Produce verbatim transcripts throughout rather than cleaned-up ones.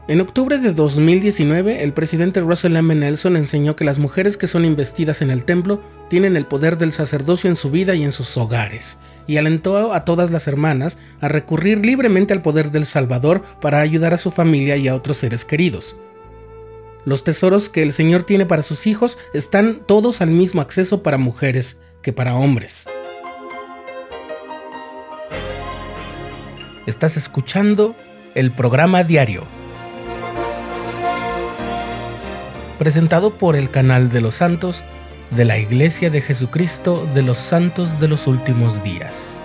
En octubre de dos mil diecinueve, el presidente Russell M. Nelson enseñó que las mujeres que son investidas en el templo tienen el poder del sacerdocio en su vida y en sus hogares, y alentó a todas las hermanas a recurrir libremente al poder del Salvador para ayudar a su familia y a otros seres queridos. Los tesoros que el Señor tiene para sus hijos están todos al mismo acceso para mujeres que para hombres. Estás escuchando el programa diario, presentado por el canal de los santos de la Iglesia de Jesucristo de los Santos de los Últimos Días.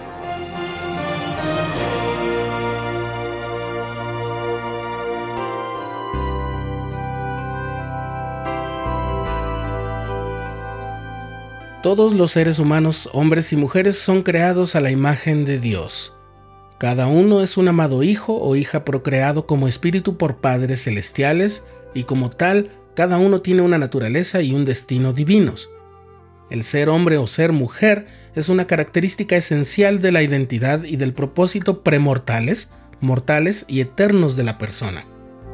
Todos los seres humanos, hombres y mujeres, son creados a la imagen de Dios. Cada uno es un amado hijo o hija procreado como espíritu por padres celestiales, y como tal, cada uno tiene una naturaleza y un destino divinos. El ser hombre o ser mujer es una característica esencial de la identidad y del propósito premortales, mortales y eternos de la persona.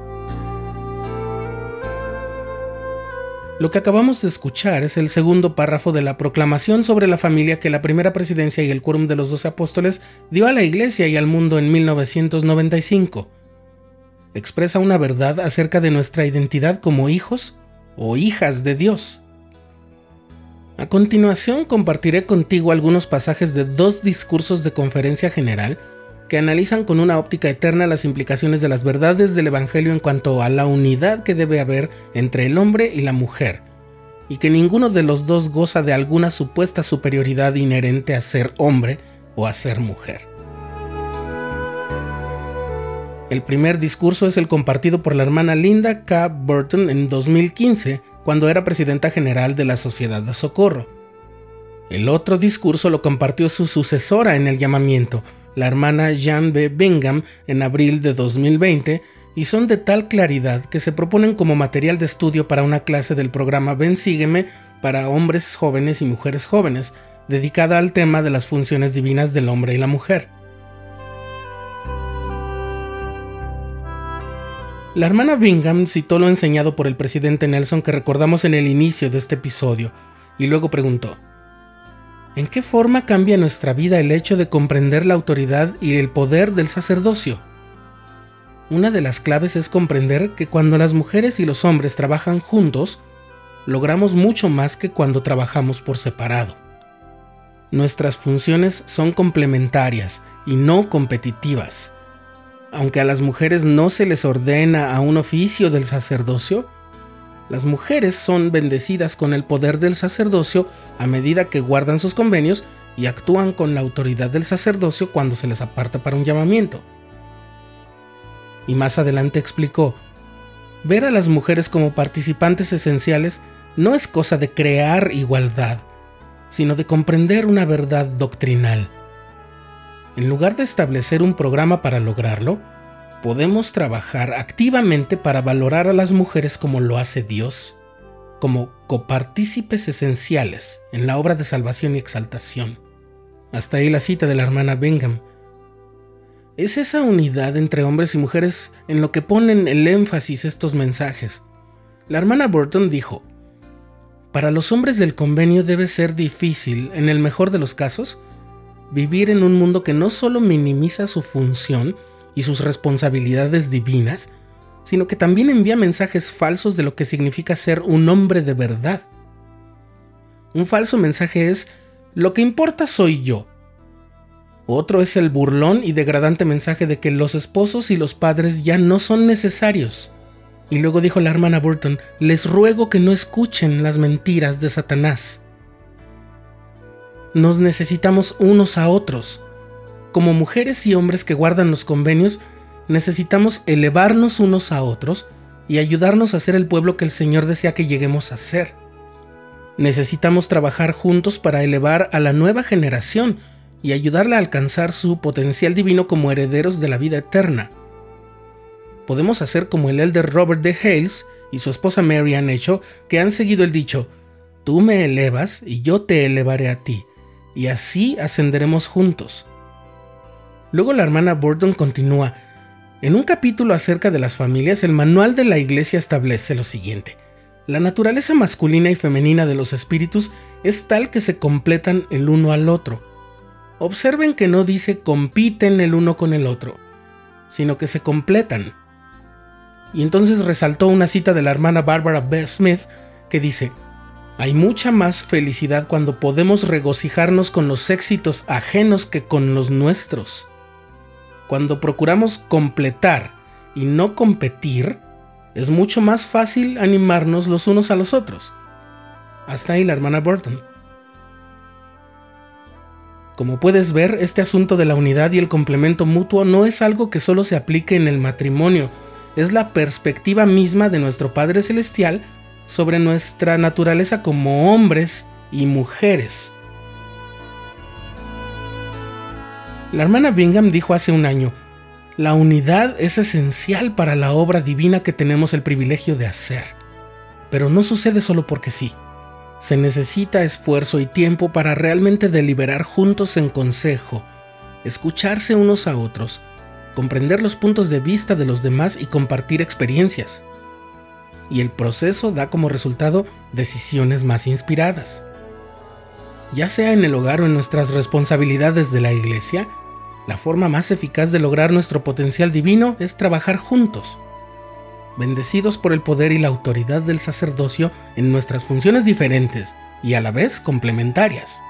Lo que acabamos de escuchar es el segundo párrafo de la proclamación sobre la familia que la primera presidencia y el quórum de los doce apóstoles dio a la Iglesia y al mundo en mil novecientos noventa y cinco. Expresa una verdad acerca de nuestra identidad como hijos o hijas de Dios. A continuación compartiré contigo algunos pasajes de dos discursos de conferencia general que analizan con una óptica eterna las implicaciones de las verdades del Evangelio en cuanto a la unidad que debe haber entre el hombre y la mujer, y que ninguno de los dos goza de alguna supuesta superioridad inherente a ser hombre o a ser mujer. El primer discurso es el compartido por la hermana Linda K. Burton en dos mil quince, cuando era presidenta general de la Sociedad de Socorro. El otro discurso lo compartió su sucesora en el llamamiento, la hermana Jan B. Bingham, en abril de dos mil veinte, y son de tal claridad que se proponen como material de estudio para una clase del programa Ven Sígueme para hombres jóvenes y mujeres jóvenes, dedicada al tema de las funciones divinas del hombre y la mujer. La hermana Bingham citó lo enseñado por el presidente Nelson que recordamos en el inicio de este episodio, y luego preguntó: ¿en qué forma cambia nuestra vida el hecho de comprender la autoridad y el poder del sacerdocio? Una de las claves es comprender que cuando las mujeres y los hombres trabajan juntos, logramos mucho más que cuando trabajamos por separado. Nuestras funciones son complementarias y no competitivas. Aunque a las mujeres no se les ordena a un oficio del sacerdocio, las mujeres son bendecidas con el poder del sacerdocio a medida que guardan sus convenios y actúan con la autoridad del sacerdocio cuando se les aparta para un llamamiento. Y más adelante explicó: ver a las mujeres como participantes esenciales no es cosa de crear igualdad, sino de comprender una verdad doctrinal. En lugar de establecer un programa para lograrlo, podemos trabajar activamente para valorar a las mujeres como lo hace Dios, como copartícipes esenciales en la obra de salvación y exaltación. Hasta ahí la cita de la hermana Bingham. Es esa unidad entre hombres y mujeres en lo que ponen el énfasis estos mensajes. La hermana Burton dijo: para los hombres del convenio debe ser difícil, en el mejor de los casos, vivir en un mundo que no solo minimiza su función y sus responsabilidades divinas, sino que también envía mensajes falsos de lo que significa ser un hombre de verdad. Un falso mensaje es: lo que importa soy yo. Otro es el burlón y degradante mensaje de que los esposos y los padres ya no son necesarios. Y luego dijo la hermana Burton: les ruego que no escuchen las mentiras de Satanás. Nos necesitamos unos a otros. Como mujeres y hombres que guardan los convenios, necesitamos elevarnos unos a otros y ayudarnos a ser el pueblo que el Señor desea que lleguemos a ser. Necesitamos trabajar juntos para elevar a la nueva generación y ayudarla a alcanzar su potencial divino como herederos de la vida eterna. Podemos hacer como el elder Robert D. Hales y su esposa Mary han hecho, que han seguido el dicho: tú me elevas y yo te elevaré a ti, y así ascenderemos juntos. Luego la hermana Burton continúa: En un capítulo acerca de las familias, el manual de la Iglesia establece lo siguiente: la naturaleza masculina y femenina de los espíritus es tal que se completan el uno al otro. Observen que no dice compiten el uno con el otro, sino que se completan. Y entonces resaltó una cita de la hermana Barbara B. Smith que dice: hay mucha más felicidad cuando podemos regocijarnos con los éxitos ajenos que con los nuestros. Cuando procuramos completar y no competir, es mucho más fácil animarnos los unos a los otros. Hasta ahí la hermana Burton. Como puedes ver, este asunto de la unidad y el complemento mutuo no es algo que solo se aplique en el matrimonio, es la perspectiva misma de nuestro Padre Celestial sobre nuestra naturaleza como hombres y mujeres. La hermana Bingham dijo hace un año: la unidad es esencial para la obra divina que tenemos el privilegio de hacer. Pero no sucede solo porque sí. Se necesita esfuerzo y tiempo para realmente deliberar juntos en consejo, escucharse unos a otros, comprender los puntos de vista de los demás y compartir experiencias. Y el proceso da como resultado decisiones más inspiradas. Ya sea en el hogar o en nuestras responsabilidades de la iglesia, la forma más eficaz de lograr nuestro potencial divino es trabajar juntos, bendecidos por el poder y la autoridad del sacerdocio en nuestras funciones diferentes y a la vez complementarias.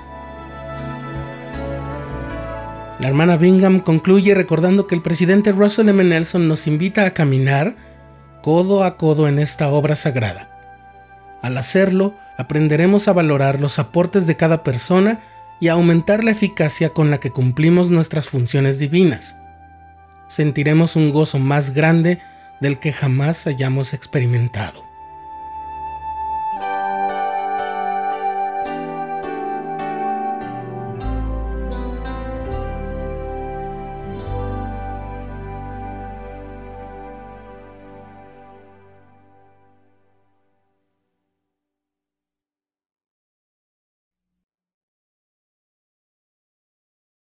La hermana Bingham concluye recordando que el presidente Russell M. Nelson nos invita a caminar codo a codo en esta obra sagrada. Al hacerlo, aprenderemos a valorar los aportes de cada persona y a aumentar la eficacia con la que cumplimos nuestras funciones divinas. Sentiremos un gozo más grande del que jamás hayamos experimentado.